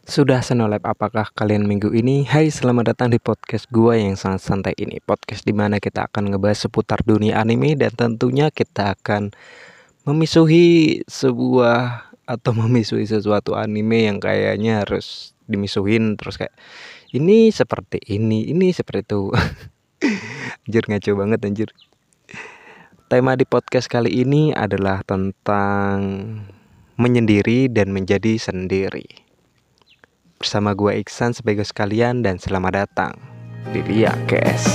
Sudah senolep apakah kalian minggu ini? Hai, selamat datang di podcast gua yang sangat santai ini. Podcast dimana kita akan ngebahas seputar dunia anime dan tentunya kita akan memisuhi sebuah atau memisuhi sesuatu anime yang kayaknya harus dimisuhin terus kayak ini seperti itu. Anjir, ngaco banget anjir. Tema di podcast kali ini adalah tentang menyendiri dan menjadi sendiri. Bersama gue Iksan sebagai sekalian dan selamat datang di Riakes.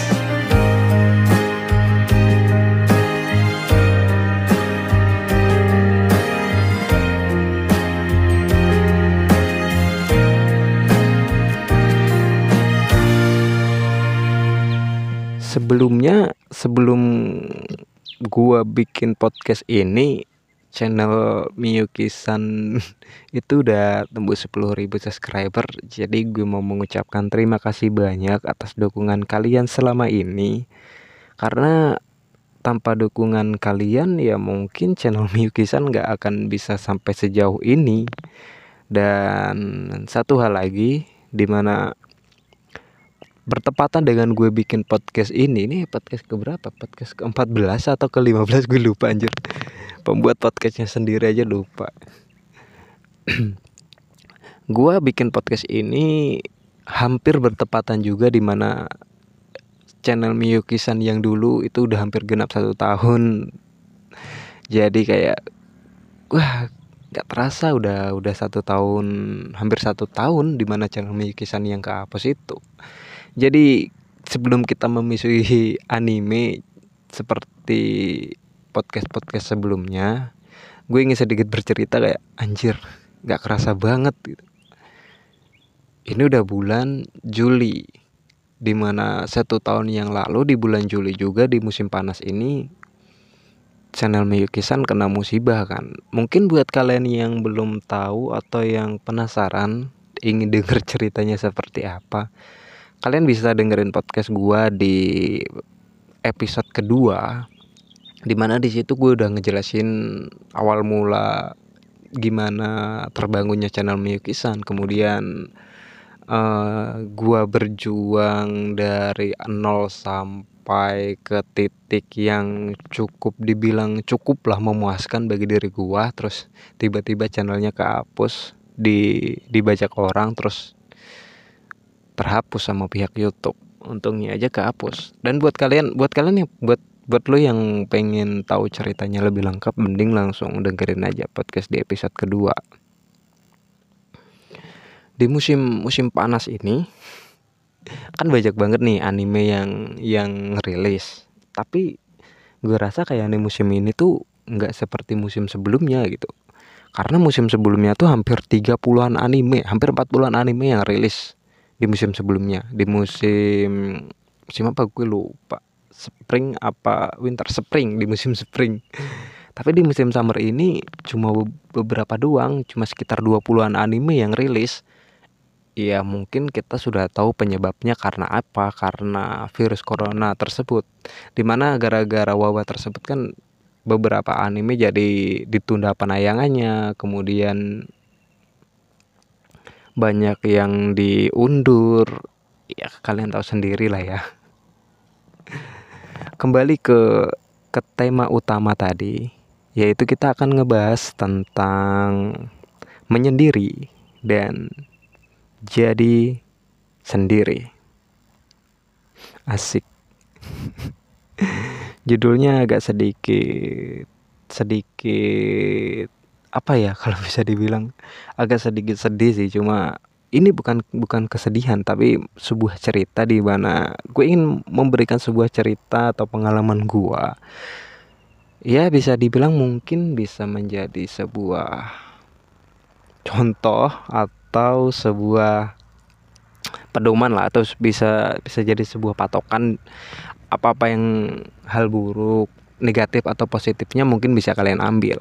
Sebelum gue bikin podcast ini, channel Miyuki-san itu udah tembus 10.000 subscriber. Jadi gue mau mengucapkan terima kasih banyak atas dukungan kalian selama ini. Karena tanpa dukungan kalian ya mungkin channel Miyuki-san gak akan bisa sampai sejauh ini. Dan satu hal lagi, dimana bertepatan dengan gue bikin podcast ini, podcast keberapa? Podcast ke-14 atau ke-15 gue lupa anjir. Pembuat podcastnya sendiri aja lupa. Gua bikin podcast ini hampir bertepatan juga dimana channel Miyuki-san yang dulu itu udah hampir genap 1 tahun. Jadi kayak wah, gak terasa udah 1 tahun, hampir 1 tahun dimana channel Miyuki-san yang kehapus itu. Jadi sebelum kita memisuhi anime seperti podcast sebelumnya, gue ingin sedikit bercerita kayak anjir, gak kerasa banget gitu. Ini udah bulan Juli, dimana 1 tahun yang lalu di bulan Juli juga di musim panas ini channel Miyuki-san kena musibah kan. Mungkin buat kalian yang belum tahu atau yang penasaran ingin denger ceritanya seperti apa, kalian bisa dengerin podcast gua di episode kedua, dimana di situ gue udah ngejelasin awal mula gimana terbangunnya channel Miyuki-san. Kemudian gua berjuang dari 0 sampai ke titik yang dibilang cukup lah memuaskan bagi diri gua. Terus tiba-tiba channelnya kehapus, dibajak orang, terus terhapus sama pihak YouTube. Untungnya aja kehapus. Dan buat kalian yang buat lo yang pengen tahu ceritanya lebih lengkap, mending langsung dengerin aja podcast di episode kedua. Di musim panas ini kan banyak banget nih anime yang rilis. Tapi gue rasa kayak anime musim ini tuh nggak seperti musim sebelumnya gitu. Karena musim sebelumnya tuh hampir 30-an anime, hampir 40-an anime yang rilis di musim sebelumnya. Di musim apa gue lupa. Spring apa winter, spring, di musim spring. Tapi di musim summer ini cuma beberapa doang, cuma sekitar 20-an anime yang rilis. Ya mungkin kita sudah tahu penyebabnya karena apa, karena virus corona tersebut. Dimana gara-gara wabah tersebut kan beberapa anime jadi ditunda penayangannya, kemudian banyak yang diundur. Ya kalian tahu sendiri lah ya. Kembali ke tema utama tadi, yaitu kita akan ngebahas tentang menyendiri dan jadi sendiri. Asik. Judulnya agak sedikit apa ya, kalau bisa dibilang agak sedikit sedih sih. Cuma ini bukan kesedihan, tapi sebuah cerita di mana gue ingin memberikan sebuah cerita atau pengalaman gue. Ya bisa dibilang mungkin bisa menjadi sebuah contoh atau sebuah pedoman lah, atau bisa jadi sebuah patokan apa yang hal buruk, negatif atau positifnya mungkin bisa kalian ambil.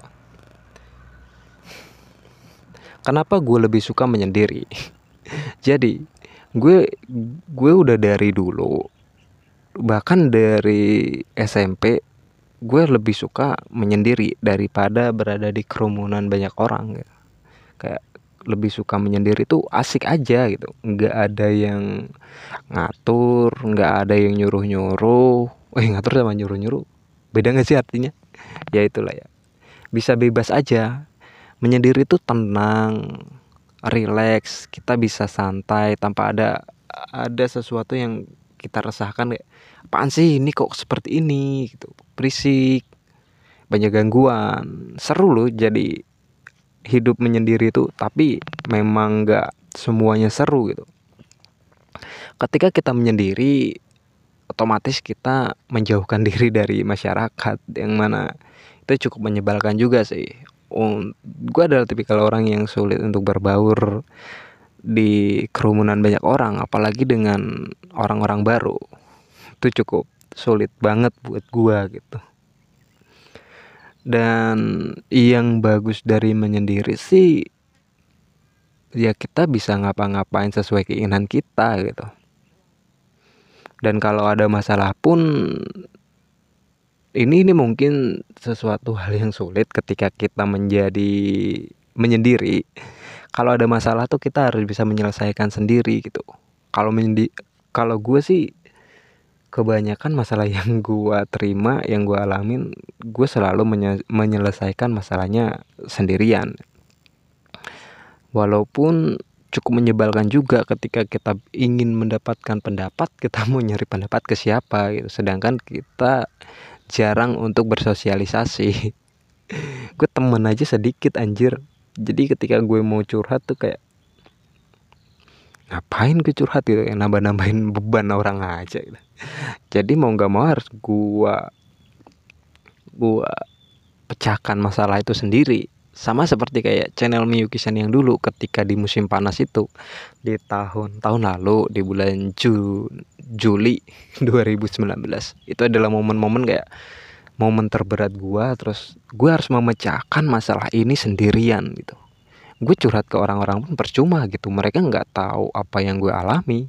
Kenapa gue lebih suka menyendiri? Jadi gue udah dari dulu, bahkan dari SMP, gue lebih suka menyendiri daripada berada di kerumunan banyak orang gitu. Kayak lebih suka menyendiri tuh asik aja gitu, nggak ada yang ngatur, nggak ada yang nyuruh-nyuruh. Ngatur sama nyuruh-nyuruh beda nggak sih artinya? Ya itulah ya, bisa bebas aja. Menyendiri tuh tenang, rileks, kita bisa santai tanpa ada sesuatu yang kita resahkan, kayak apaan sih ini kok seperti ini gitu, berisik, banyak gangguan. Seru loh jadi hidup menyendiri itu, tapi memang nggak semuanya seru gitu. Ketika kita menyendiri, otomatis kita menjauhkan diri dari masyarakat, yang mana itu cukup menyebalkan juga sih. Gue adalah tipikal orang yang sulit untuk berbaur di kerumunan banyak orang, apalagi dengan orang-orang baru. Itu cukup sulit banget buat gue gitu. Dan yang bagus dari menyendiri sih, ya kita bisa ngapa-ngapain sesuai keinginan kita gitu. Dan kalau ada masalah pun, ini mungkin sesuatu hal yang sulit ketika kita menjadi menyendiri. Kalau ada masalah tuh kita harus bisa menyelesaikan sendiri gitu. Kalau gue sih, kebanyakan masalah yang gue terima, yang gue alamin, gue selalu menyelesaikan masalahnya sendirian. Walaupun cukup menyebalkan juga ketika kita ingin mendapatkan pendapat, kita mau nyari pendapat ke siapa gitu. Sedangkan kita jarang untuk bersosialisasi. Gue temen aja sedikit anjir. Jadi ketika gue mau curhat tuh kayak, ngapain gue curhat gitu, yang nambah-nambahin beban orang aja gitu. Jadi mau gak mau harus gue pecahkan masalah itu sendiri. Sama seperti kayak channel Miyuki-san yang dulu, ketika di musim panas itu, di tahun lalu, di bulan Juli 2019, itu adalah momen-momen kayak momen terberat gue. Terus gue harus memecahkan masalah ini sendirian gitu. Gue curhat ke orang-orang pun percuma gitu, mereka nggak tahu apa yang gue alami.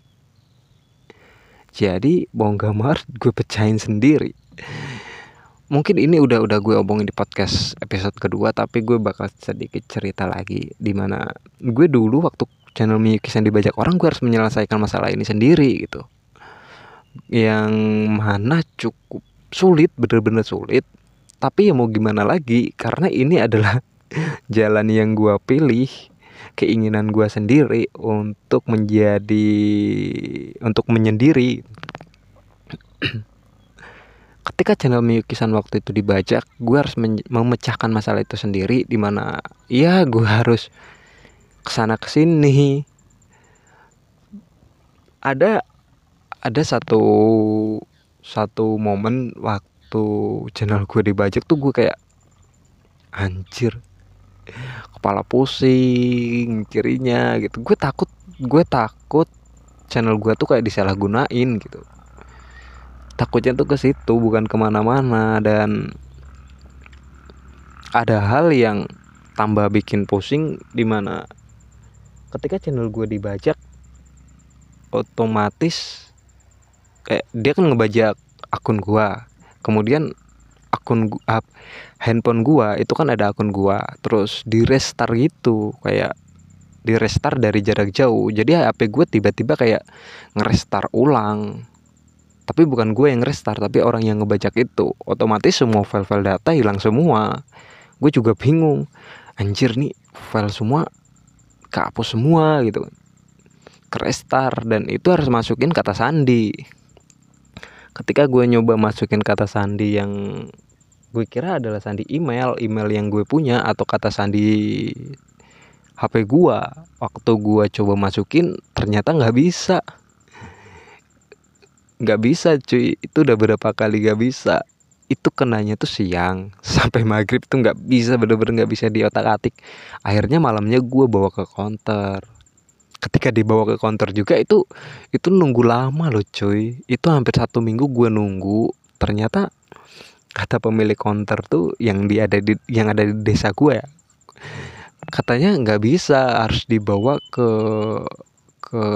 Jadi mau gak mau gue pecahin sendiri. Mungkin ini udah gue omongin di podcast episode kedua, tapi gue bakal sedikit cerita lagi, dimana gue dulu waktu channel Miyuki-san dibajak orang, gue harus menyelesaikan masalah ini sendiri gitu, yang mana cukup sulit, bener-bener sulit. Tapi ya mau gimana lagi, karena ini adalah jalan yang gue pilih, keinginan gue sendiri untuk menyendiri. Ketika channel Miyuki-san waktu itu dibajak, gue harus memecahkan masalah itu sendiri, dimana ya gue harus kesana kesini. Ada satu momen waktu channel gue dibajak tuh, gue kayak anjir, kepala pusing kirinya gitu. Gue takut channel gue tuh kayak disalahgunain gitu. Takutnya tuh ke situ, bukan kemana-mana. Dan ada hal yang tambah bikin pusing, dimana ketika channel gue dibajak, otomatis kayak dia kan ngebajak akun gue. Kemudian handphone gua itu kan ada akun gua, terus di restart gitu, kayak di restart dari jarak jauh. Jadi HP gue tiba-tiba kayak ngerestart ulang, tapi bukan gue yang restart, tapi orang yang ngebajak itu. Otomatis semua file-file data hilang semua. Gue juga bingung, anjir nih file semua kehapus semua gitu, ke restart. Dan itu harus masukin kata sandi. Ketika gue nyoba masukin kata sandi yang gue kira adalah sandi email yang gue punya, atau kata sandi HP gue, waktu gue coba masukin ternyata nggak bisa cuy. Itu udah berapa kali nggak bisa. Itu kenanya tuh siang sampai maghrib tuh nggak bisa, bener-bener nggak bisa diotak-atik. Akhirnya malamnya gue bawa ke counter. Ketika dibawa ke counter juga itu nunggu lama loh cuy. Itu hampir 1 minggu gue nunggu. Ternyata kata pemilik counter tuh yang ada di desa gue ya, katanya nggak bisa, harus dibawa ke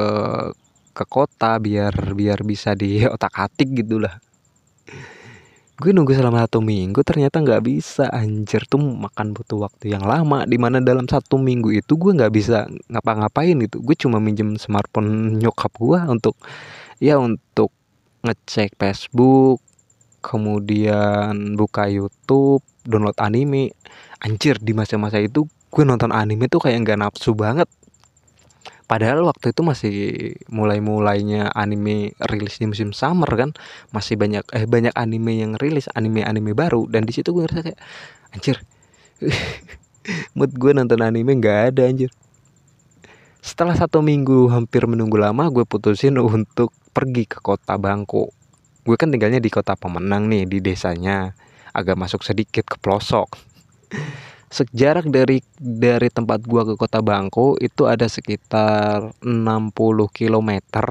kota biar bisa diotak-atik gitulah. Gue nunggu selama 1 minggu ternyata nggak bisa, anjir. Tuh makan butuh waktu yang lama, dimana dalam 1 minggu itu gue nggak bisa ngapa-ngapain gitu. Gue cuma minjem smartphone nyokap gue untuk ngecek Facebook, kemudian buka YouTube, download anime. Anjir, di masa-masa itu gue nonton anime tuh kayak nggak nafsu banget. Padahal waktu itu masih mulai-mulainya anime rilis di musim summer kan, masih banyak anime yang rilis, anime baru, dan di situ gue ngerasa kayak anjir, mood gue nonton anime nggak ada anjir. Setelah 1 minggu hampir menunggu lama, gue putusin untuk pergi ke kota Bangko. Gue kan tinggalnya di kota Pemenang nih, di desanya, agak masuk sedikit ke pelosok. Sejarak dari tempat gua ke kota Bangko itu ada sekitar 60 kilometer.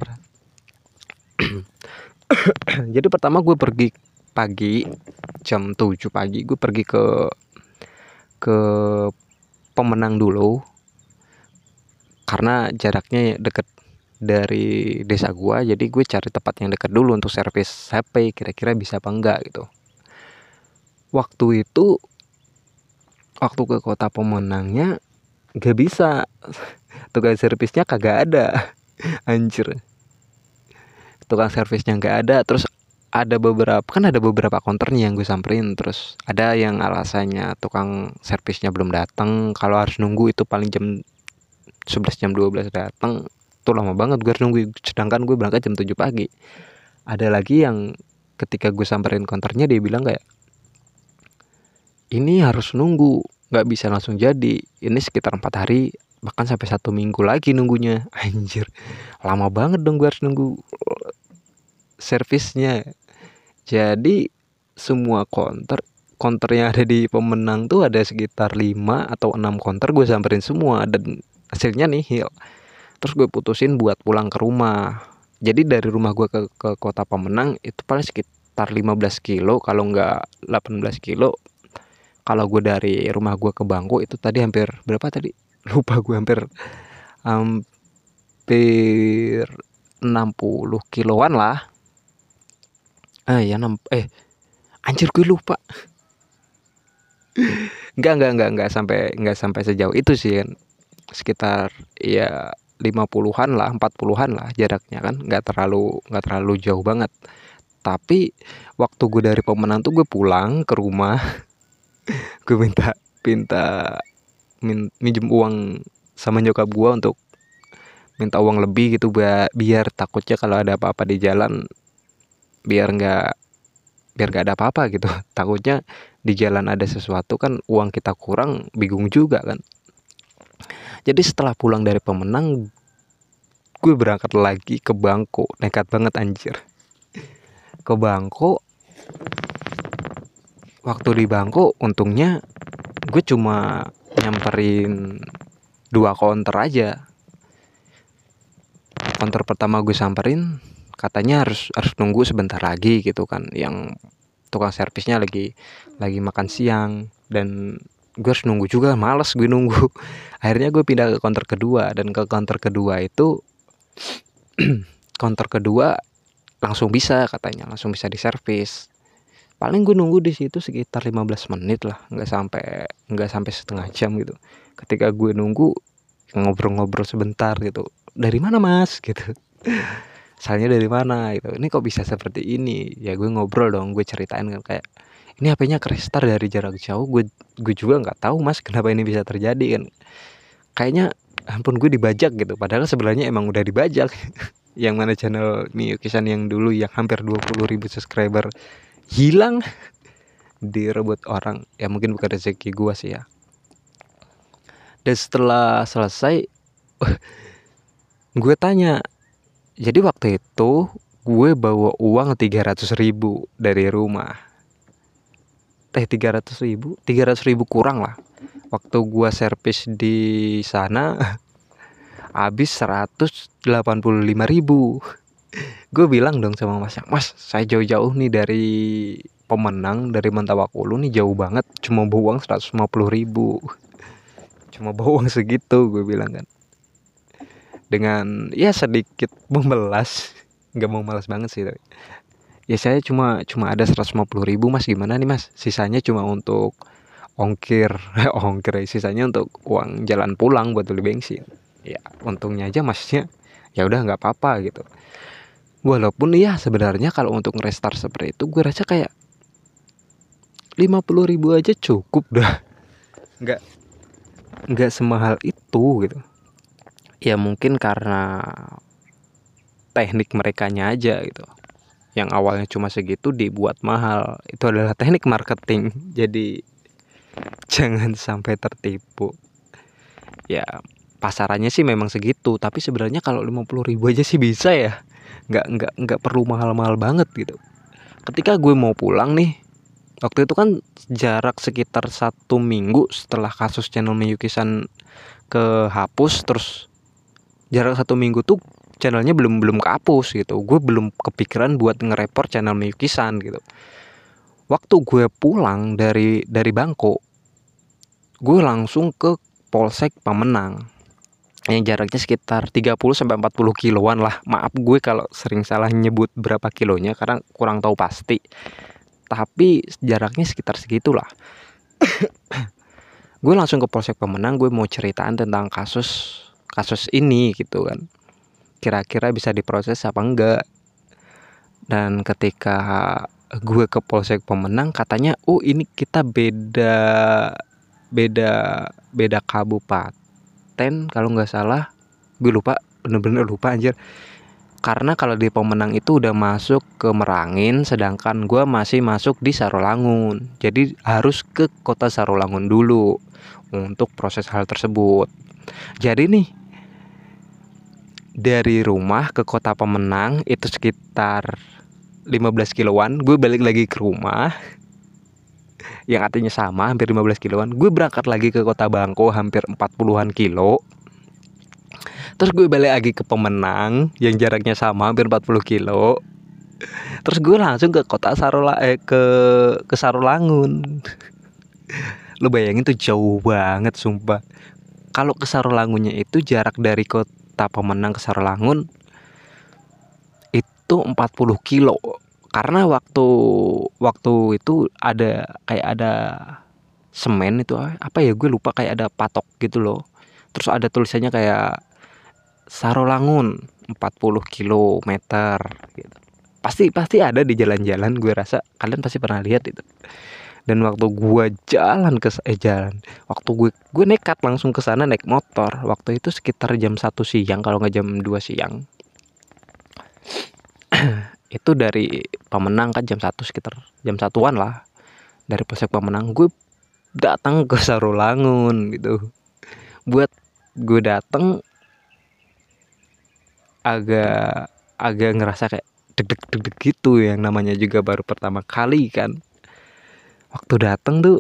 Jadi pertama gue pergi pagi, jam 7 pagi gue pergi ke Pemenang dulu, karena jaraknya deket dari desa gua. Jadi gue cari tempat yang deket dulu untuk servis HP, kira-kira bisa apa enggak gitu. Waktu ke kota Pemenangnya gak bisa, tukang servisnya kagak ada. Anjir, tukang servisnya nggak ada. Terus ada beberapa counternya yang gue samperin, terus ada yang alasannya tukang servisnya belum datang, kalau harus nunggu itu paling jam 11 jam 12 datang. Tuh lama banget gue harus nunggu, sedangkan gue berangkat jam 7 pagi. Ada lagi yang ketika gue samperin counternya, dia bilang kayak ini harus nunggu, nggak bisa langsung jadi, ini sekitar 4 hari bahkan sampai 1 minggu lagi nunggunya. Anjir, lama banget dong gue harus nunggu servisnya. Jadi semua counter yang ada di Pemenang tuh ada sekitar 5 atau 6 counter gue samperin semua, dan hasilnya nihil. Terus gue putusin buat pulang ke rumah. Jadi dari rumah gue ke kota Pemenang itu paling sekitar 15 kilo, kalau nggak 18 kilo. Kalau gue dari rumah gue ke Bangko itu tadi hampir berapa tadi? Lupa gue, hampir 60 kiloan lah. Anjir gue lupa. Enggak sampai sejauh itu sih kan. Sekitar ya 50-an lah, 40-an lah jaraknya kan, enggak terlalu jauh banget. Tapi waktu gue dari Pemenang tuh gue pulang ke rumah, gue minjem uang sama nyokap gue untuk minta uang lebih gitu, biar takutnya kalau ada apa-apa di jalan, biar nggak ada apa-apa gitu. Takutnya di jalan ada sesuatu kan, uang kita kurang, bingung juga kan. Jadi setelah pulang dari Pemenang, gue berangkat lagi ke Bangko. Nekat banget anjir, ke Bangko. Waktu di Bangko untungnya gue cuma nyamperin 2 counter aja. Counter pertama gue samperin, katanya harus nunggu sebentar lagi gitu kan, yang tukang servisnya lagi makan siang, dan gue harus nunggu juga, males gue nunggu. Akhirnya gue pindah ke counter kedua, dan ke counter kedua itu counter kedua langsung bisa, katanya langsung bisa diservis. Paling gue nunggu di situ sekitar 15 menit lah, nggak sampai setengah jam gitu. Ketika gue nunggu, ngobrol-ngobrol sebentar gitu, dari mana mas gitu, asalnya dari mana gitu, ini kok bisa seperti ini ya. Gue ngobrol dong, gue ceritain kan, kayak ini HP-nya restart dari jarak jauh, gue juga nggak tahu mas kenapa ini bisa terjadi kan, kayaknya ampun gue dibajak gitu, padahal sebenarnya emang udah dibajak. Yang mana channel Miyuki-san yang dulu yang hampir 20.000 subscriber hilang, direbut orang, ya mungkin bukan rezeki gue sih ya. Dan setelah selesai, gue tanya, jadi waktu itu gue bawa uang 300.000 dari rumah. 300.000 kurang lah. Waktu gue servis di sana habis 185.000. Gue bilang dong sama masnya, mas saya jauh-jauh nih dari Pemenang, dari Mentawakulu nih, jauh banget, cuma bawa uang 150.000. Cuma bawa uang segitu, gue bilang kan, dengan ya sedikit membelas. Nggak mau malas banget sih tapi Ya saya cuma ada 150.000 mas, gimana nih mas, sisanya cuma untuk ongkir ongkir, sisanya untuk uang jalan pulang buat beli bensin. Ya untungnya aja masnya ya udah nggak apa-apa gitu. Walaupun ya sebenarnya kalau untuk nge-restart seperti itu gue rasa kayak 50.000 aja cukup dah, nggak semahal itu gitu. Ya mungkin karena teknik merekanya aja gitu, yang awalnya cuma segitu dibuat mahal. Itu adalah teknik marketing, jadi jangan sampai tertipu. Ya pasarannya sih memang segitu, tapi sebenarnya kalau 50.000 aja sih bisa ya, nggak perlu mahal-mahal banget gitu. Ketika gue mau pulang nih, waktu itu kan jarak sekitar 1 minggu setelah kasus channel Miyuki-san kehapus, terus jarak 1 minggu tuh channelnya belum kehapus gitu. Gue belum kepikiran buat nge-report channel Miyuki-san gitu. Waktu gue pulang dari Bangko, gue langsung ke Polsek Pemenang yang jaraknya sekitar 30-40 kiloan lah. Maaf gue kalau sering salah nyebut berapa kilonya karena kurang tahu pasti, tapi jaraknya sekitar segitulah. Gue langsung ke Polsek Pemenang, gue mau ceritaan tentang kasus ini gitu kan, kira-kira bisa diproses apa enggak. Dan ketika gue ke Polsek Pemenang, katanya oh ini kita beda beda beda kabupaten kalau nggak salah. Gue lupa, bener-bener lupa anjir. Karena kalau di Pemenang itu udah masuk ke Merangin, sedangkan gue masih masuk di Sarolangun. Jadi harus ke kota Sarolangun dulu untuk proses hal tersebut. Jadi nih, dari rumah ke kota Pemenang itu sekitar 15 kiloan. Gue balik lagi ke rumah yang artinya sama, hampir 15 kiloan. Gue berangkat lagi ke kota Bangko, hampir 40-an kilo. Terus gue balik lagi ke Pemenang yang jaraknya sama, hampir 40 kilo. Terus gue langsung ke kota ke Sarolangun. Lo bayangin tuh jauh banget sumpah. Kalau ke Sarolangunnya itu jarak dari kota Pemenang ke Sarolangun itu 40 kilo. Karena waktu itu ada semen itu apa ya, gue lupa, kayak ada patok gitu loh. Terus ada tulisannya kayak Sarolangun 40 kilometer gitu. Pasti ada di jalan-jalan, gue rasa kalian pasti pernah lihat itu. Dan waktu gue waktu gue nekat langsung ke sana naik motor. Waktu itu sekitar jam 1 siang kalau nggak jam 2 siang. Itu dari Pemenang kan jam 1, sekitar jam 1-an lah. Dari Polsek Pemenang gue datang ke Sarolangun gitu. Buat gue datang agak ngerasa kayak deg-deg gitu, yang namanya juga baru pertama kali kan. Waktu datang tuh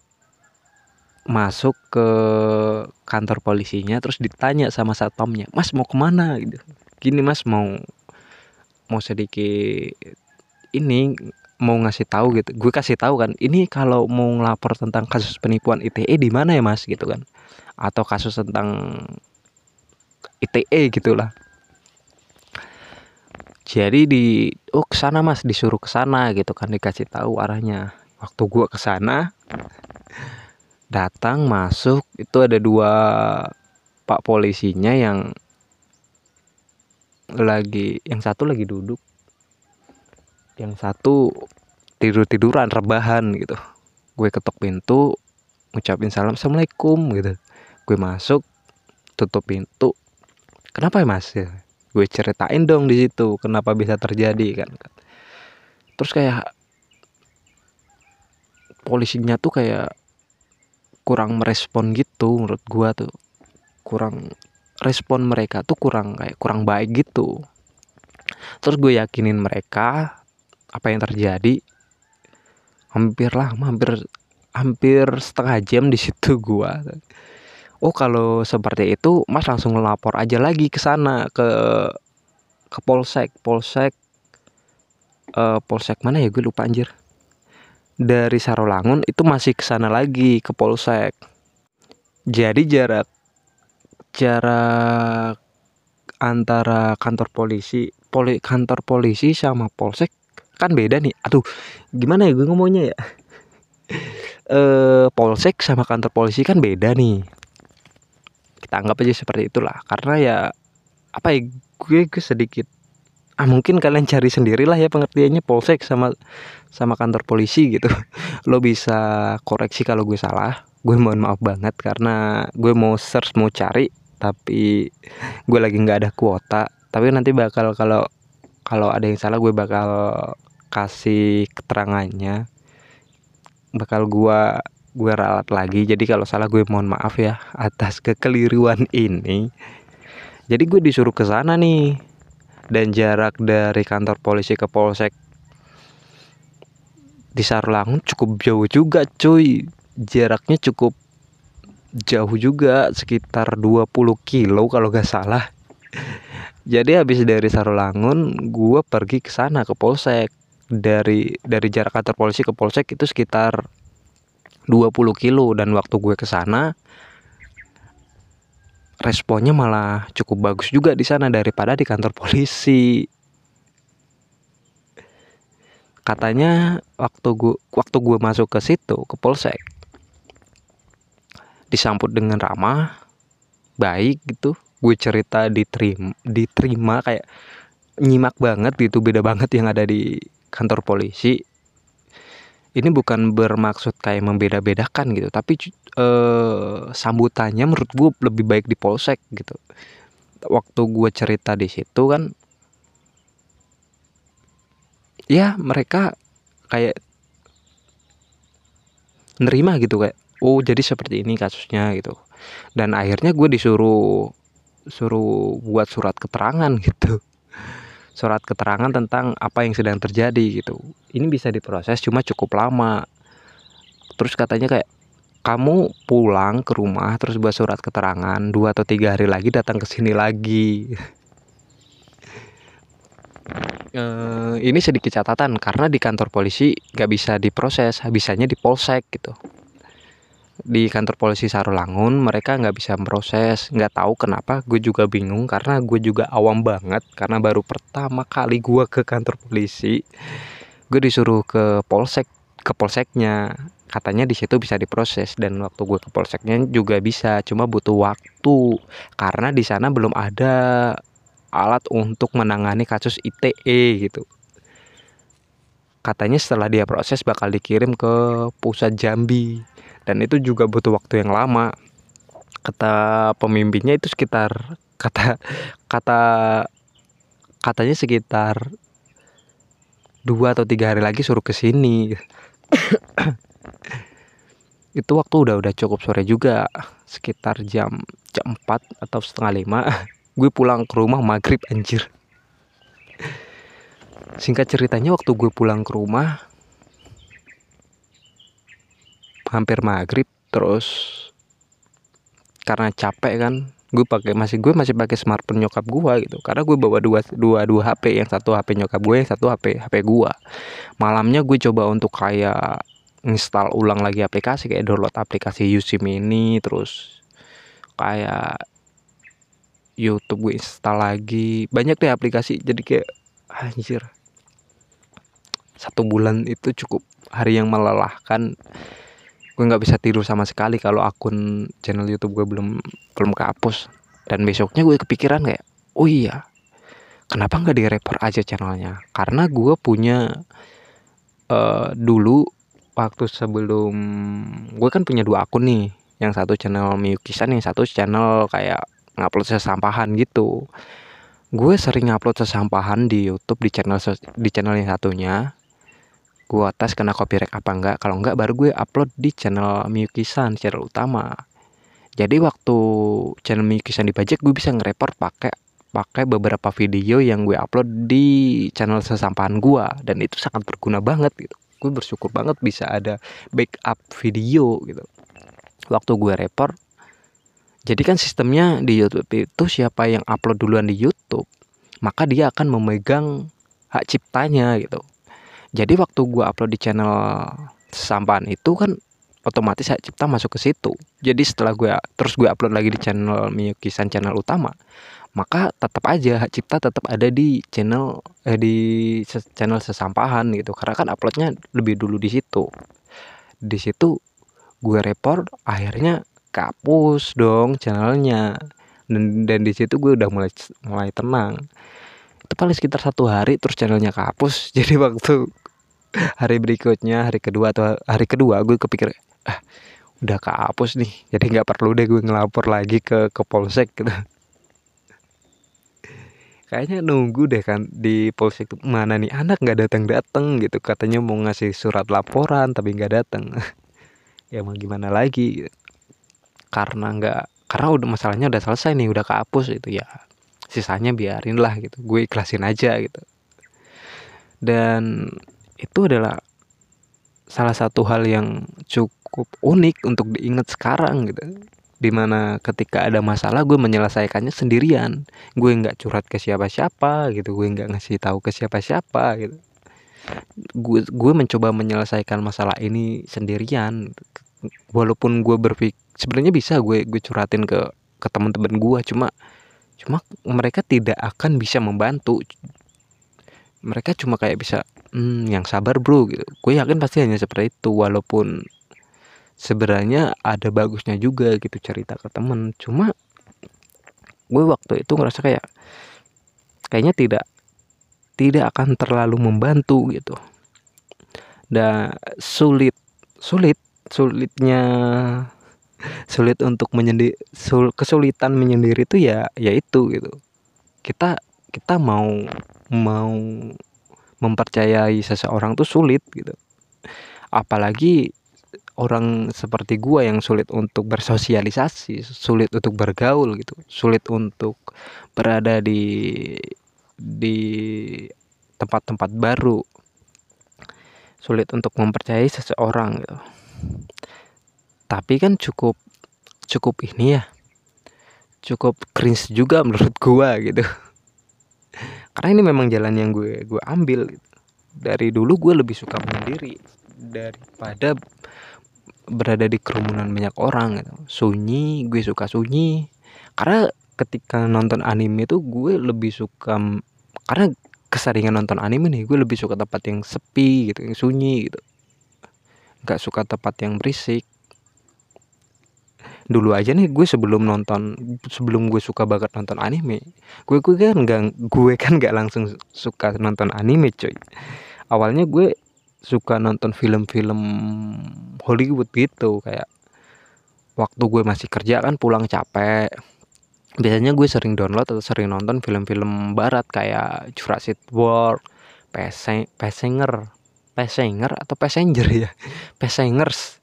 masuk ke kantor polisinya, terus ditanya sama satpamnya, "Mas mau kemana?" gitu. "Gini Mas, mau sedikit ini, mau ngasih tahu gitu." Gue kasih tahu kan, "Ini kalau mau ngelapor tentang kasus penipuan ITE di mana ya Mas?" gitu kan. Atau kasus tentang ITE gitulah. Jadi kesana Mas, disuruh kesana gitu kan, dikasih tahu arahnya. Waktu gua kesana, datang masuk, itu ada 2 pak polisinya yang satu lagi duduk, yang satu tiduran rebahan gitu. Gue ketok pintu, ngucapin salam, "Assalamualaikum" gitu. Gue masuk, tutup pintu. "Kenapa ya Mas?" Ya. Gue ceritain dong di situ kenapa bisa terjadi kan. Terus kayak polisinya tuh kayak kurang merespon gitu, menurut gua tuh kurang respon mereka tuh kurang baik gitu. Terus gue yakinin mereka apa yang terjadi, hampir setengah jam di situ gua. Oh kalau seperti itu Mas langsung lapor aja lagi ke sana, ke polsek mana ya, gue lupa anjir. Dari Sarolangun itu masih ke sana lagi ke polsek. Jadi jarak antara kantor polisi sama polsek kan beda nih. Aduh, gimana ya gue ngomongnya ya? Polsek sama kantor polisi kan beda nih. Kita anggap aja seperti itulah. Karena ya apa ya, gue sedikit mungkin kalian cari sendirilah ya pengertiannya polsek sama kantor polisi gitu. Lo bisa koreksi kalau gue salah. Gue mohon maaf banget karena gue mau search, mau cari, tapi gue lagi nggak ada kuota. Tapi nanti bakal kalau ada yang salah gue bakal kasih keterangannya, bakal gue ralat lagi. Jadi kalau salah gue mohon maaf ya atas kekeliruan ini. Jadi gue disuruh ke sana nih, dan jarak dari kantor polisi ke polsek di Sarolangun cukup jauh juga cuy. Jaraknya cukup jauh juga, sekitar 20 kilo kalau gak salah. Jadi habis dari Sarolangun gue pergi ke sana ke polsek. Dari jarak kantor polisi ke polsek itu sekitar 20 kilo, dan waktu gue ke sana responnya malah cukup bagus juga di sana daripada di kantor polisi. Katanya waktu gue masuk ke situ, ke polsek, disambut dengan ramah, baik gitu. Gue cerita diterima kayak nyimak banget gitu, beda banget yang ada di kantor polisi. Ini bukan bermaksud kayak membeda-bedakan gitu, tapi sambutannya menurut gue lebih baik di polsek gitu. Waktu gue cerita di situ kan, ya mereka kayak nerima gitu, kayak oh jadi seperti ini kasusnya gitu. Dan akhirnya gue disuruh buat surat keterangan gitu. Surat keterangan tentang apa yang sedang terjadi gitu. Ini bisa diproses cuma cukup lama. Terus katanya kayak kamu pulang ke rumah terus buat surat keterangan, 2 atau 3 hari lagi datang ke sini lagi. Ini sedikit catatan karena di kantor polisi gak bisa diproses, bisanya di polsek gitu. Di kantor polisi Sarolangun mereka nggak bisa proses, nggak tahu kenapa, gue juga bingung karena gue juga awam banget karena baru pertama kali gue ke kantor polisi. Gue disuruh ke polseknya, katanya di situ bisa diproses, dan waktu gue ke polseknya juga bisa, cuma butuh waktu karena di sana belum ada alat untuk menangani kasus ITE gitu. Katanya setelah dia proses bakal dikirim ke pusat Jambi, dan itu juga butuh waktu yang lama. Kata pemimpinnya itu sekitar katanya sekitar 2 atau 3 hari lagi suruh ke sini. Itu waktu udah cukup sore juga, sekitar jam 4 atau setengah 5. Gue pulang ke rumah maghrib anjir. Singkat ceritanya waktu gue pulang ke rumah hampir maghrib, terus karena capek kan, gue masih pakai smartphone nyokap gue gitu, karena gue bawa dua HP, yang satu HP nyokap gue, yang satu HP gue. Malamnya gue coba untuk kayak install ulang lagi aplikasi, kayak download aplikasi UC Mini, terus kayak YouTube gue install lagi, banyak deh aplikasi. Jadi kayak anjir, 1 bulan itu cukup hari yang melelahkan. Gue nggak bisa tidur sama sekali kalau akun channel YouTube gue belum kehapus. Dan besoknya gue kepikiran kayak, oh iya, kenapa nggak direport aja channelnya? Karena gue punya dulu waktu sebelum, gue kan punya 2 akun nih, yang satu channel Miyuki-san, yang satu channel kayak ngupload sesampahan gitu. Gue sering ngupload sesampahan di YouTube di channel yang satunya. Gue tes kena copyright apa enggak, kalau enggak baru gue upload di channel Miyuki-san, channel utama. Jadi waktu channel Miyuki-san dibajak, gue bisa nge-report pakai beberapa video yang gue upload di channel sesampahan gue, dan itu sangat berguna banget gitu. Gue bersyukur banget bisa ada backup video gitu. Waktu gue report, jadi kan sistemnya di YouTube itu siapa yang upload duluan di YouTube, maka dia akan memegang hak ciptanya gitu. Jadi waktu gue upload di channel sesampahan itu kan otomatis hak cipta masuk ke situ. Jadi setelah gue upload lagi di channel Miyuki-san, channel utama, maka tetap aja hak cipta tetap ada di channel sesampahan gitu, karena kan uploadnya lebih dulu di situ. Di situ gue report, akhirnya kapus dong channelnya, dan di situ gue udah mulai tenang. Itu paling sekitar 1 hari terus channelnya kapus. Jadi waktu hari berikutnya, hari kedua gue kepikir, udah kehapus nih, jadi nggak perlu deh gue ngelapor lagi ke polsek gitu. Kayaknya nunggu deh kan di polsek tuh, mana nih anak nggak datang gitu, katanya mau ngasih surat laporan tapi nggak datang. Ya mau gimana lagi gitu. Karena udah masalahnya udah selesai nih, udah kehapus itu ya, sisanya biarin lah gitu, gue ikhlasin aja gitu. Dan itu adalah salah satu hal yang cukup unik untuk diingat sekarang gitu, dimana ketika ada masalah gue menyelesaikannya sendirian, gue nggak curhat ke siapa-siapa gitu, gue nggak ngasih tahu ke siapa-siapa gitu. Gue mencoba menyelesaikan masalah ini sendirian, walaupun gue berpikir sebenarnya bisa gue curhatin ke teman-teman gue, cuma mereka tidak akan bisa membantu. Mereka cuma kayak bisa yang sabar bro gitu. Gue yakin pasti hanya seperti itu, walaupun sebenarnya ada bagusnya juga gitu cerita ke temen. Cuma gue waktu itu ngerasa kayaknya tidak akan terlalu membantu gitu. Dan sulit untuk kesulitan menyendiri itu ya itu gitu. Kita mau mempercayai seseorang tuh sulit gitu. Apalagi orang seperti gua yang sulit untuk bersosialisasi, sulit untuk bergaul gitu, sulit untuk berada di tempat-tempat baru, sulit untuk mempercayai seseorang gitu. Tapi kan cukup ini ya, cukup cringe juga menurut gua gitu. Karena ini memang jalan yang gue ambil gitu. Dari dulu gue lebih suka menyendiri daripada berada di kerumunan banyak orang gitu. Sunyi, gue suka sunyi. Karena ketika nonton anime tuh gue lebih suka, karena keseringan nonton anime nih, gue lebih suka tempat yang sepi gitu, yang sunyi gitu. Gak suka tempat yang berisik. Dulu aja nih gue sebelum gue suka banget nonton anime, gue kan nggak langsung suka nonton anime coy. Awalnya gue suka nonton film-film Hollywood gitu, kayak waktu gue masih kerja kan pulang capek, biasanya gue sering download atau sering nonton film-film barat kayak Jurassic World, Passenger atau Passenger ya, Passengers.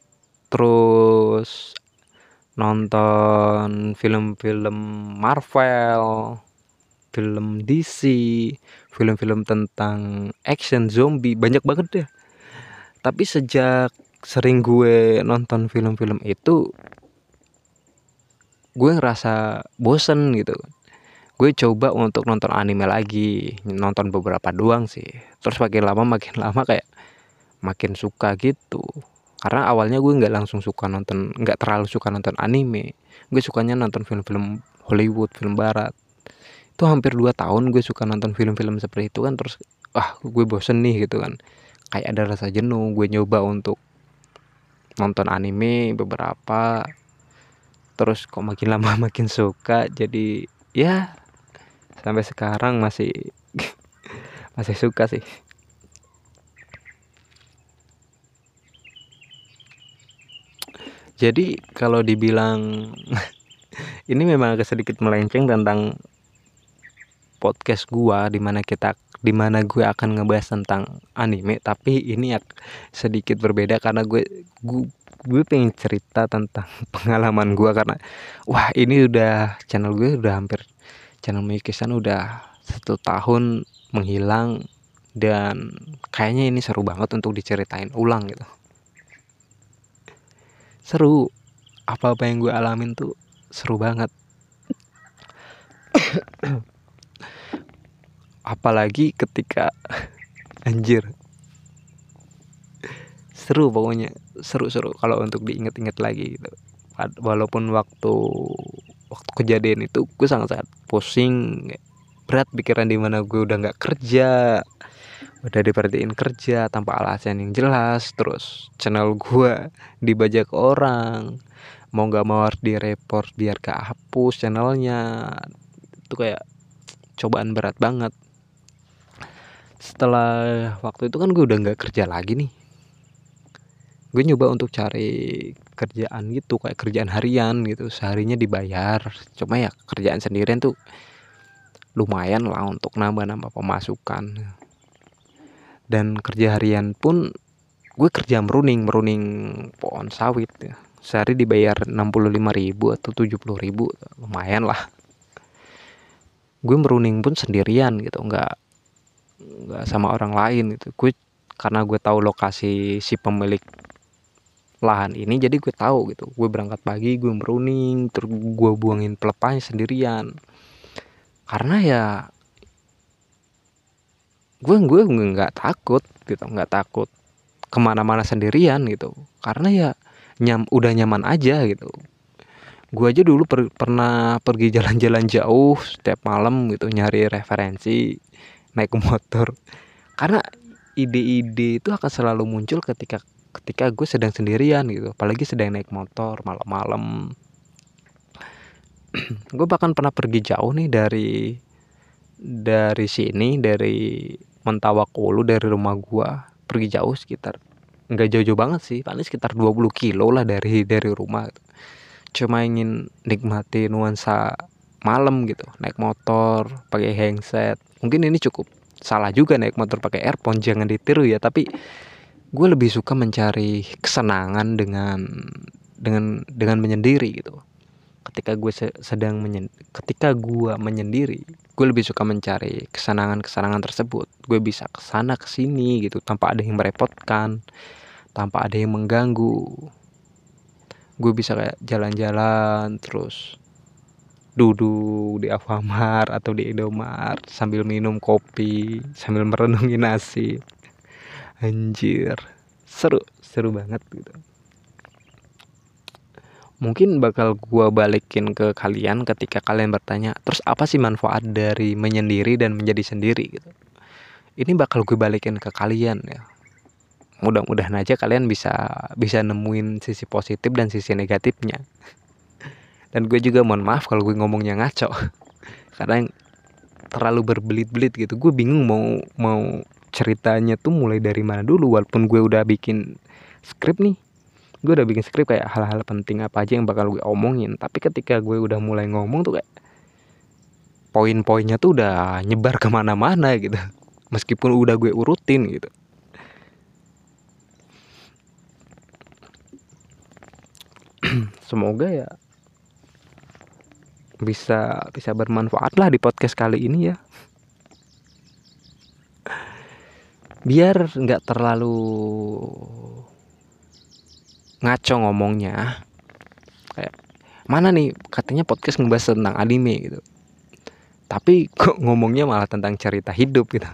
Terus nonton film-film Marvel, film DC, film-film tentang action, zombie, banyak banget deh. Tapi sejak sering gue nonton film-film itu, gue ngerasa bosen gitu. Gue coba untuk nonton anime lagi, nonton beberapa doang sih. Terus makin lama kayak makin suka gitu. Karena awalnya gue nggak terlalu suka nonton anime. Gue sukanya nonton film-film Hollywood, film barat. Itu hampir 2 tahun gue suka nonton film-film seperti itu kan. Terus gue bosen nih gitu kan, kayak ada rasa jenuh. Gue nyoba untuk nonton anime beberapa, terus kok makin lama makin suka. Jadi ya sampai sekarang masih suka sih. Jadi kalau dibilang ini memang agak sedikit melenceng tentang podcast gua, dimana gue akan ngebahas tentang anime, tapi ini sedikit berbeda karena gue pengen cerita tentang pengalaman gua. Karena ini channel Miyuki-san udah 1 tahun menghilang, dan kayaknya ini seru banget untuk diceritain ulang gitu. Seru, apa yang gue alamin tuh seru banget. Apalagi ketika anjir, seru pokoknya, seru kalau untuk diinget-inget lagi gitu. Walaupun waktu waktu kejadian itu gue sangat-sangat pusing, berat pikiran, di mana gue udah nggak kerja, udah diperhatiin kerja tanpa alasan yang jelas, terus channel gue dibajak orang, mau nggak mau harus direport biar kehapus channelnya. Itu kayak cobaan berat banget. Setelah waktu itu kan gue udah nggak kerja lagi nih, gue nyoba untuk cari kerjaan gitu, kayak kerjaan harian gitu, seharinya dibayar. Cuma ya kerjaan sendirian tuh lumayan lah untuk nambah-nambah pemasukan. Dan kerja harian pun gue kerja meruning pohon sawit ya. Sehari dibayar 65.000 atau 70.000, lumayan lah. Gue meruning pun sendirian gitu, nggak sama orang lain gitu. Karena gue tahu lokasi si pemilik lahan ini, jadi gue tahu gitu. Gue berangkat pagi, gue meruning, terus gue buangin pelepahnya sendirian. Karena ya gue nggak takut gitu, nggak takut kemana-mana sendirian gitu. Karena ya udah nyaman aja gitu. Gue aja dulu pernah pergi jalan-jalan jauh setiap malam gitu, nyari referensi naik motor. Karena ide-ide itu akan selalu muncul ketika gue sedang sendirian gitu, apalagi sedang naik motor malam-malam. Gue bahkan pernah pergi jauh nih dari sini, dari Mentawakulu, dari rumah gue pergi jauh, sekitar nggak jauh-jauh banget sih, paling sekitar 20 kilo lah dari rumah gitu. Cuma ingin nikmati nuansa malam gitu, naik motor pakai handset. Mungkin ini cukup salah juga naik motor pakai earphone, jangan ditiru ya, tapi gue lebih suka mencari kesenangan dengan menyendiri gitu. Ketika gue ketika gue menyendiri, gue lebih suka mencari kesenangan tersebut. Gue bisa kesana kesini gitu tanpa ada yang merepotkan, tanpa ada yang mengganggu. Gue bisa kayak jalan-jalan, terus duduk di Alfamart atau di Indomart sambil minum kopi, sambil merenungi nasib. Anjir, seru banget gitu. Mungkin bakal gua balikin ke kalian ketika kalian bertanya, terus apa sih manfaat dari menyendiri dan menjadi sendiri gitu. Ini bakal gue balikin ke kalian ya. Mudah-mudahan aja kalian bisa nemuin sisi positif dan sisi negatifnya. Dan gue juga mohon maaf kalau gue ngomongnya ngaco. Karena terlalu berbelit-belit gitu. Gue bingung mau ceritanya tuh mulai dari mana dulu, walaupun gue udah bikin skrip nih. Gue udah bikin skrip kayak hal-hal penting apa aja yang bakal gue omongin, tapi ketika gue udah mulai ngomong tuh kayak poin-poinnya tuh udah nyebar kemana-mana gitu, meskipun udah gue urutin gitu. Semoga ya bisa bermanfaat lah di podcast kali ini ya, biar nggak terlalu ngaco ngomongnya. Kayak mana nih katanya podcast ngebahas tentang anime gitu, tapi kok ngomongnya malah tentang cerita hidup gitu.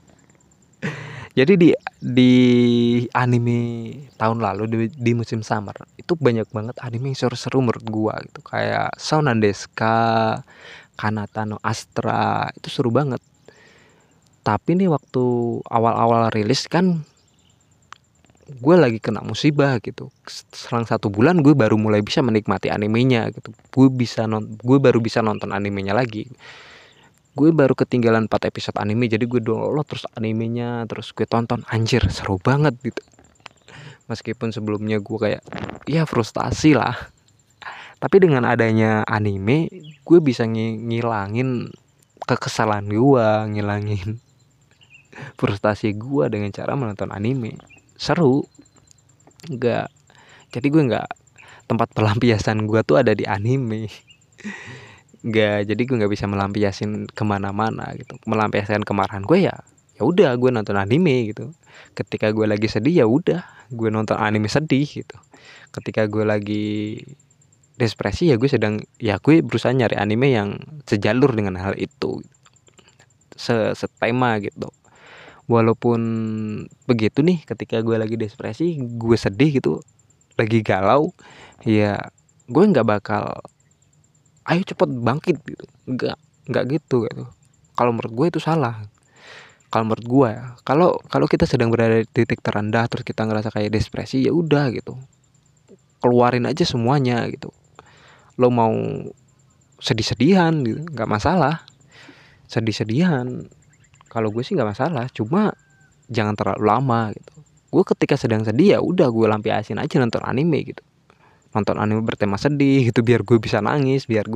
Jadi di anime tahun lalu di musim summer itu banyak banget anime yang seru-seru menurut gua gitu, kayak Sounan Deska, Kanata no Astra, itu seru banget. Tapi nih waktu awal-awal rilis kan gue lagi kena musibah gitu. Selang 1 bulan gue baru mulai bisa menikmati animenya gitu. Gue baru bisa nonton animenya lagi. Gue baru ketinggalan 4 episode anime, jadi gue download terus animenya, terus gue tonton. Anjir, seru banget gitu. Meskipun sebelumnya gue kayak ya frustasi lah, tapi dengan adanya anime gue bisa ngilangin kekesalan gue, ngilangin frustasi gue dengan cara menonton anime. Seru nggak, jadi gue nggak, tempat pelampiasan gue tuh ada di anime. Nggak, jadi gue nggak bisa melampiasin kemana-mana gitu. Melampiaskan kemarahan gue ya udah gue nonton anime gitu. Ketika gue lagi sedih ya udah gue nonton anime sedih gitu. Ketika gue lagi depresi ya gue berusaha nyari anime yang sejalur dengan hal itu, setema gitu. Walaupun begitu nih, ketika gue lagi depresi, gue sedih gitu, lagi galau, ya gue nggak bakal ayo cepet bangkit gitu. Enggak gitu. Kalau menurut gue itu salah. Kalau menurut gue ya, kalau kita sedang berada di titik terendah terus kita ngerasa kayak depresi, ya udah gitu, keluarin aja semuanya gitu. Lo mau sedih-sedihan gitu nggak masalah, sedih-sedihan kalau gue sih nggak masalah, cuma jangan terlalu lama gitu. Gue ketika sedang sedih ya udah gue lampiasin aja nonton anime gitu, nonton anime bertema sedih gitu, biar gue bisa nangis, biar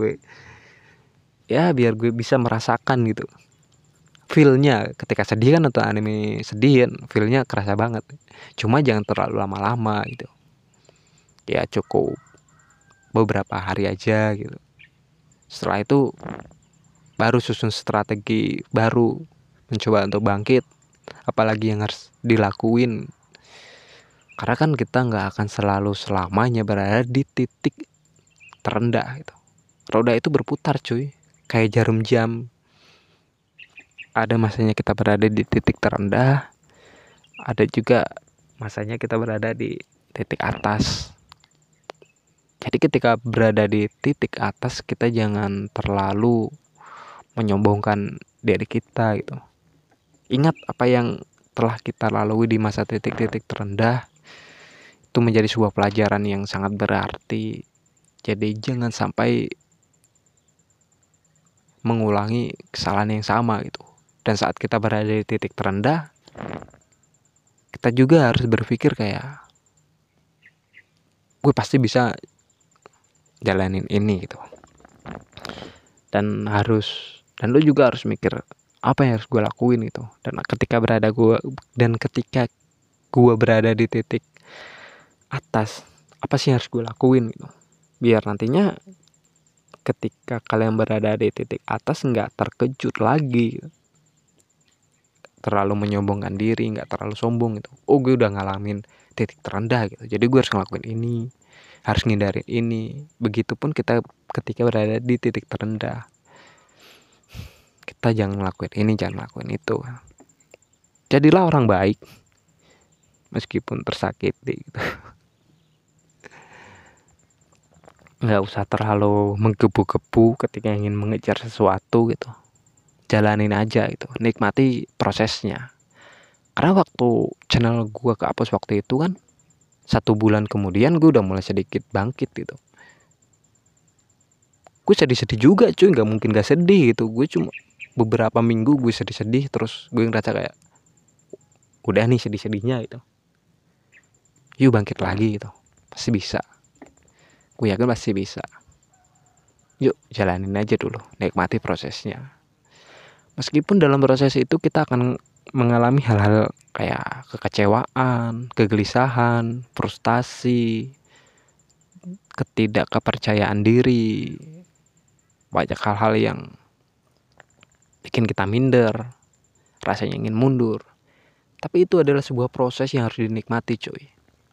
gue bisa merasakan gitu feelnya. Ketika sedih kan nonton anime sedih kan feelnya kerasa banget, cuma jangan terlalu lama-lama gitu, ya cukup beberapa hari aja gitu. Setelah itu baru susun strategi baru, mencoba untuk bangkit, apalagi yang harus dilakuin. Karena kan kita nggak akan selalu selamanya berada di titik terendah gitu. Roda itu berputar cuy, kayak jarum jam. Ada masanya kita berada di titik terendah, ada juga masanya kita berada di titik atas. Jadi ketika berada di titik atas, kita jangan terlalu menyombongkan diri kita gitu. Ingat apa yang telah kita lalui di masa titik-titik terendah, itu menjadi sebuah pelajaran yang sangat berarti. Jadi jangan sampai mengulangi kesalahan yang sama gitu. Dan saat kita berada di titik terendah, kita juga harus berpikir kayak, gue pasti bisa jalanin ini gitu. Dan lu juga harus mikir apa yang harus gue lakuin gitu. Dan ketika gue berada di titik atas, apa sih yang harus gue lakuin gitu, biar nantinya ketika kalian berada di titik atas nggak terkejut lagi gitu. Terlalu menyombongkan diri, nggak terlalu sombong gitu. Oh gue udah ngalamin titik terendah gitu, jadi gue harus ngelakuin ini, harus ngindarin ini. Begitupun kita ketika berada di titik terendah, kita jangan ngelakuin ini, jangan ngelakuin itu. Jadilah orang baik meskipun tersakiti gitu. Nggak usah terlalu menggebu-gebu ketika ingin mengejar sesuatu gitu. Jalanin aja gitu, nikmati prosesnya. Karena waktu channel gue kehapus waktu itu kan 1 bulan kemudian gue udah mulai sedikit bangkit gitu. Gue sedih-sedih juga cuy, nggak mungkin gak sedih gitu. Gue cuma beberapa minggu gue sedih-sedih, terus gue ngerasa kayak udah nih sedih-sedihnya gitu, yuk bangkit lagi gitu, pasti bisa. Gue yakin pasti bisa. Yuk jalanin aja dulu, nikmati prosesnya. Meskipun dalam proses itu kita akan mengalami hal-hal kayak kekecewaan, kegelisahan, frustasi, ketidakkepercayaan diri, banyak hal-hal yang bikin kita minder, rasanya ingin mundur. Tapi itu adalah sebuah proses yang harus dinikmati cuy.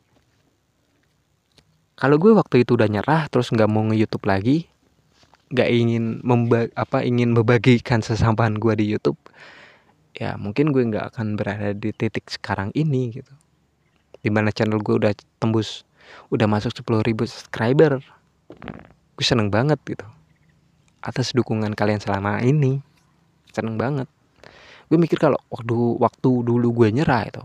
Kalau gue waktu itu udah nyerah terus nggak mau nge-YouTube lagi, nggak ingin membagikan sesampahan gue di YouTube, ya mungkin gue nggak akan berada di titik sekarang ini gitu. Dimana channel gue udah masuk 10.000 subscriber. Gue seneng banget gitu atas dukungan kalian selama ini, seneng banget. Gue mikir kalau waktu dulu gue nyerah itu,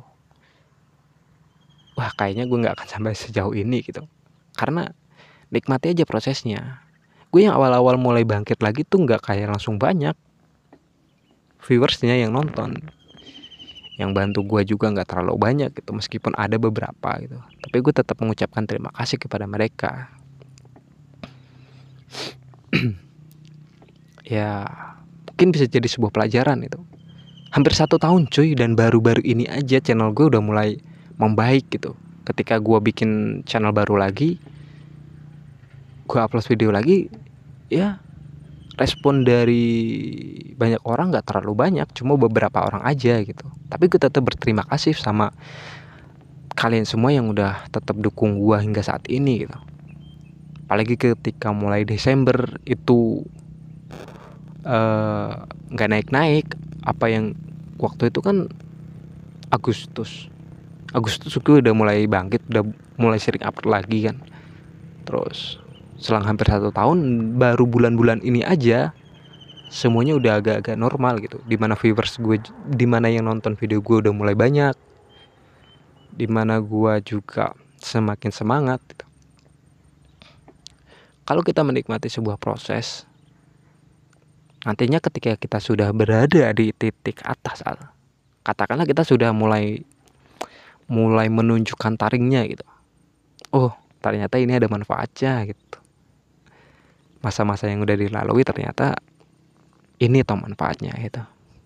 wah kayaknya gue nggak akan sampai sejauh ini gitu. Karena nikmati aja prosesnya. Gue yang awal-awal mulai bangkit lagi tuh nggak kayak langsung banyak viewersnya yang nonton. Yang bantu gue juga nggak terlalu banyak gitu, meskipun ada beberapa gitu. Tapi gue tetap mengucapkan terima kasih kepada mereka. Ya mungkin bisa jadi sebuah pelajaran itu. Hampir 1 tahun cuy, dan baru-baru ini aja channel gue udah mulai membaik gitu. Ketika gue bikin channel baru lagi, gue upload video lagi, ya respon dari banyak orang gak terlalu banyak, cuma beberapa orang aja gitu. Tapi gue tetap berterima kasih sama kalian semua yang udah tetap dukung gue hingga saat ini gitu. Apalagi ketika mulai Desember itu gak naik-naik, apa yang waktu itu kan Agustus gue udah mulai bangkit, udah mulai sering upload lagi kan. Terus selang hampir 1 tahun, baru bulan-bulan ini aja semuanya udah agak-agak normal gitu. Dimana viewers gue, dimana yang nonton video gue udah mulai banyak, dimana gue juga semakin semangat gitu. Kalau kita menikmati sebuah proses, nantinya ketika kita sudah berada di titik atas, katakanlah kita sudah mulai menunjukkan taringnya gitu. Oh, ternyata ini ada manfaatnya gitu. Masa-masa yang udah dilalui ternyata ini toh manfaatnya gitu.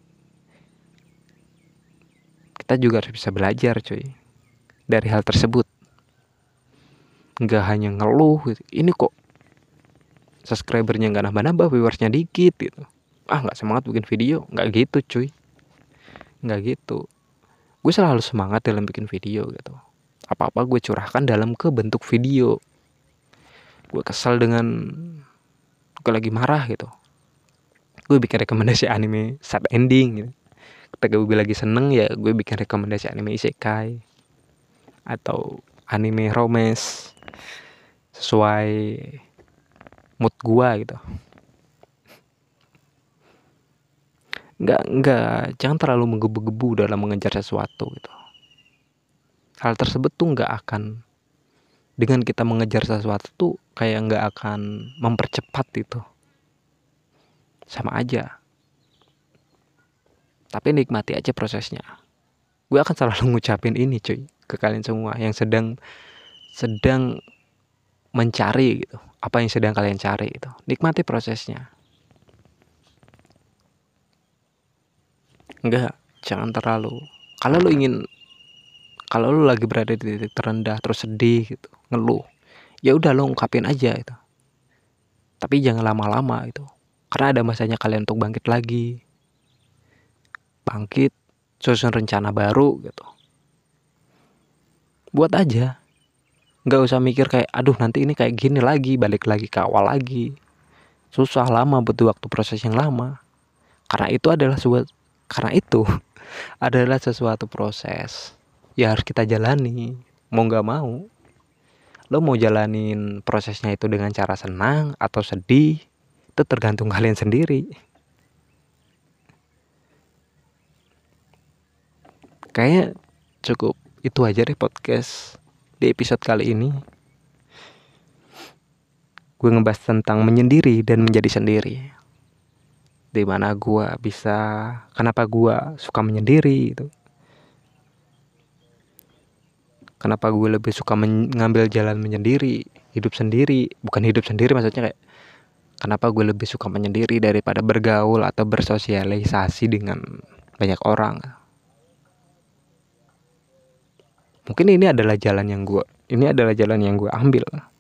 Kita juga harus bisa belajar cuy dari hal tersebut. Nggak hanya ngeluh gitu. Ini kok subscribernya nggak nambah-nambah, viewersnya dikit gitu. Nggak semangat bikin video. Nggak gitu cuy. Nggak gitu. Gue selalu semangat dalam bikin video gitu. Apa-apa gue curahkan dalam ke bentuk video. Gue kesel dengan, gue lagi marah gitu, gue bikin rekomendasi anime sad ending gitu. Ketika gue lagi seneng ya gue bikin rekomendasi anime isekai atau anime romance sesuai mood gue gitu. Nggak, jangan terlalu menggebu-gebu dalam mengejar sesuatu gitu. Hal tersebut tuh nggak akan, dengan kita mengejar sesuatu tuh kayak nggak akan mempercepat itu, sama aja. Tapi nikmati aja prosesnya. Gue akan selalu ngucapin ini cuy ke kalian semua yang sedang mencari gitu, apa yang sedang kalian cari itu. Nikmati prosesnya. Enggak, jangan terlalu. Kalau lu lagi berada di titik terendah terus sedih gitu, ngeluh, ya udah lo ungkapin aja itu. Tapi jangan lama-lama itu. Karena ada masanya kalian untuk bangkit lagi. Bangkit, susun rencana baru gitu. Buat aja. Nggak usah mikir kayak, aduh nanti ini kayak gini lagi, balik lagi ke awal lagi. Susah, lama, butuh waktu proses yang lama. Karena itu adalah sesuatu proses ya harus kita jalani, mau nggak mau. Lo mau jalanin prosesnya itu dengan cara senang atau sedih, itu tergantung kalian sendiri. Kayaknya cukup itu aja deh podcast di episode kali ini. Gue ngebahas tentang menyendiri dan menjadi sendiri. Dimana gue bisa, kenapa gue suka menyendiri gitu. Kenapa gue lebih suka mengambil jalan menyendiri, hidup sendiri. Bukan hidup sendiri maksudnya kayak, kenapa gue lebih suka menyendiri daripada bergaul atau bersosialisasi dengan banyak orang. Mungkin ini adalah jalan yang gue ambil.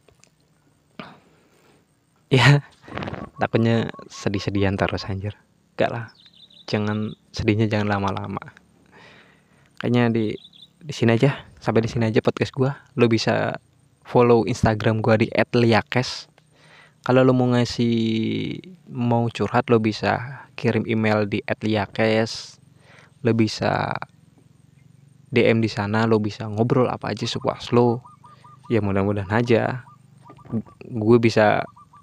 Ya, takutnya sedih-sedihan terus anjir. Gak lah, sedihnya jangan lama-lama. Kayaknya di sini aja, sampai di sini aja podcast gue. Lo bisa follow Instagram gue di @liakes. Kalau lo mau curhat, lo bisa kirim email di @liakes. Lo bisa DM di sana, lo bisa ngobrol apa aja sepuas lo. Ya mudah-mudahan aja gue bisa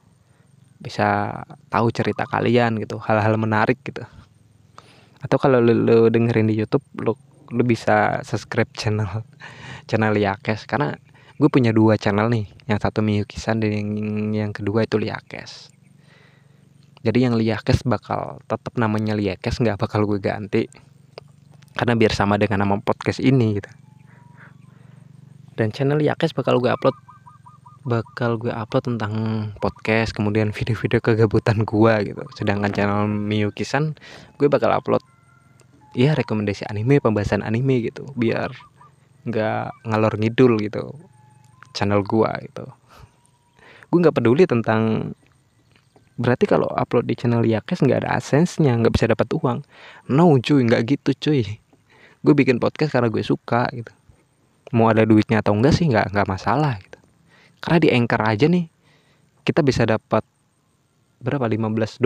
tahu cerita kalian gitu, hal-hal menarik gitu. Atau kalau lo dengerin di YouTube, lo bisa subscribe channel Liakes, karena gue punya 2 channel nih, yang satu Miyuki-san dan yang kedua itu Liakes. Jadi yang Liakes bakal tetap namanya Liakes, nggak bakal gue ganti, karena biar sama dengan nama podcast ini gitu. Dan channel Liakes bakal gue upload tentang podcast, kemudian video-video kegabutan gue gitu. Sedangkan channel Miyuki-san gue bakal upload ya rekomendasi anime, pembahasan anime gitu, biar nggak ngalor ngidul gitu channel gue gitu. Gue nggak peduli tentang, berarti kalau upload di channel Liakes nggak ada AdSense-nya, nggak bisa dapat uang. No cuy, nggak gitu cuy. Gue bikin podcast karena gue suka gitu. Mau ada duitnya atau enggak sih nggak masalah gitu. Karena di Anchor aja nih kita bisa dapat berapa, $15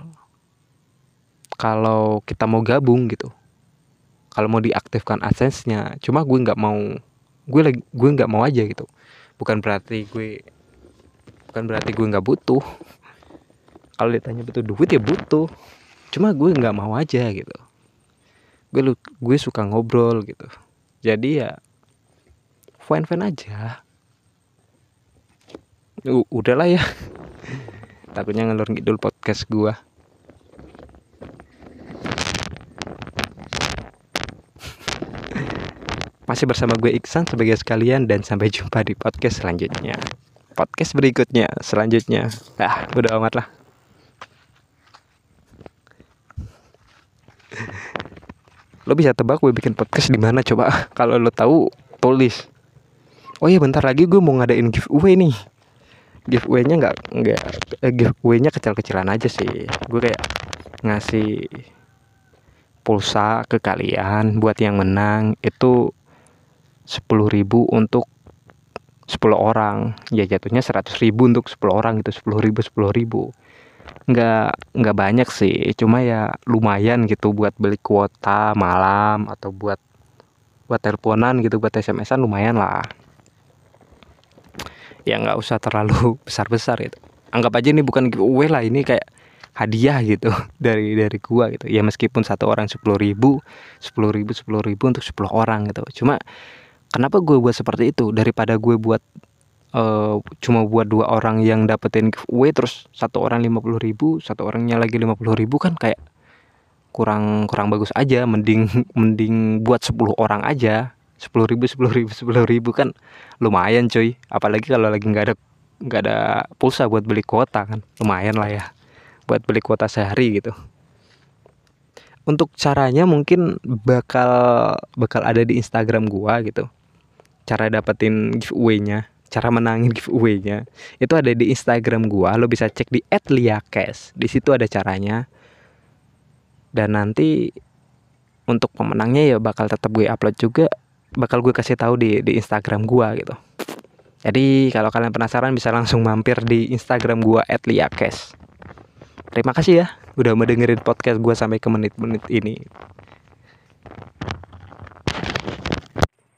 kalau kita mau gabung gitu. Kalau mau diaktifkan AdSense-nya. Cuma gue nggak mau aja gitu. Bukan berarti gue bukan berarti gue nggak butuh. Kalau ditanya butuh duit ya butuh, cuma gue nggak mau aja gitu. Gue suka ngobrol gitu, jadi ya fine aja. Udahlah ya. Takutnya ngelur ngidul podcast gue. Masih bersama gue Iksan sebagai sekalian, dan sampai jumpa di podcast selanjutnya. Podcast berikutnya selanjutnya. Udah amat lah. Lo bisa tebak gue bikin podcast di mana coba? Kalau lo tahu tulis. Oh iya, bentar lagi gue mau ngadain giveaway nih. Giveaway-nya giveaway-nya kecil-kecilan aja sih. Gue kayak ngasih pulsa ke kalian buat yang menang itu 10.000 untuk 10 orang. Ya jatuhnya 100.000 untuk 10 orang gitu. 10.000. Nggak banyak sih, cuma ya lumayan gitu buat beli kuota malam atau buat teleponan gitu, buat SMS-an lumayan lah. Ya nggak usah terlalu besar gitu. Anggap aja ini bukan giveaway lah, ini kayak hadiah gitu dari gua gitu. Ya meskipun satu orang 10.000 untuk 10 orang gitu. Cuma kenapa gue buat seperti itu daripada gue buat cuma buat 2 orang yang dapetin giveaway, terus satu orang 50.000, satu orangnya lagi 50.000, kan kayak kurang bagus aja. Mending buat 10 orang aja. 10.000 kan lumayan coy. Apalagi kalau lagi nggak ada pulsa buat beli kuota, kan lumayan lah ya buat beli kuota sehari gitu. Untuk caranya mungkin bakal ada di Instagram gua gitu. Cara dapetin giveaway-nya, cara menangin giveaway-nya itu ada di Instagram gua. Lo bisa cek di @liakes. Di situ ada caranya. Dan nanti untuk pemenangnya ya bakal tetap gue upload juga, bakal gue kasih tahu di Instagram gua gitu. Jadi kalau kalian penasaran bisa langsung mampir di Instagram gua @liakes. Terima kasih ya udah mendengerin podcast gua sampai ke menit-menit ini.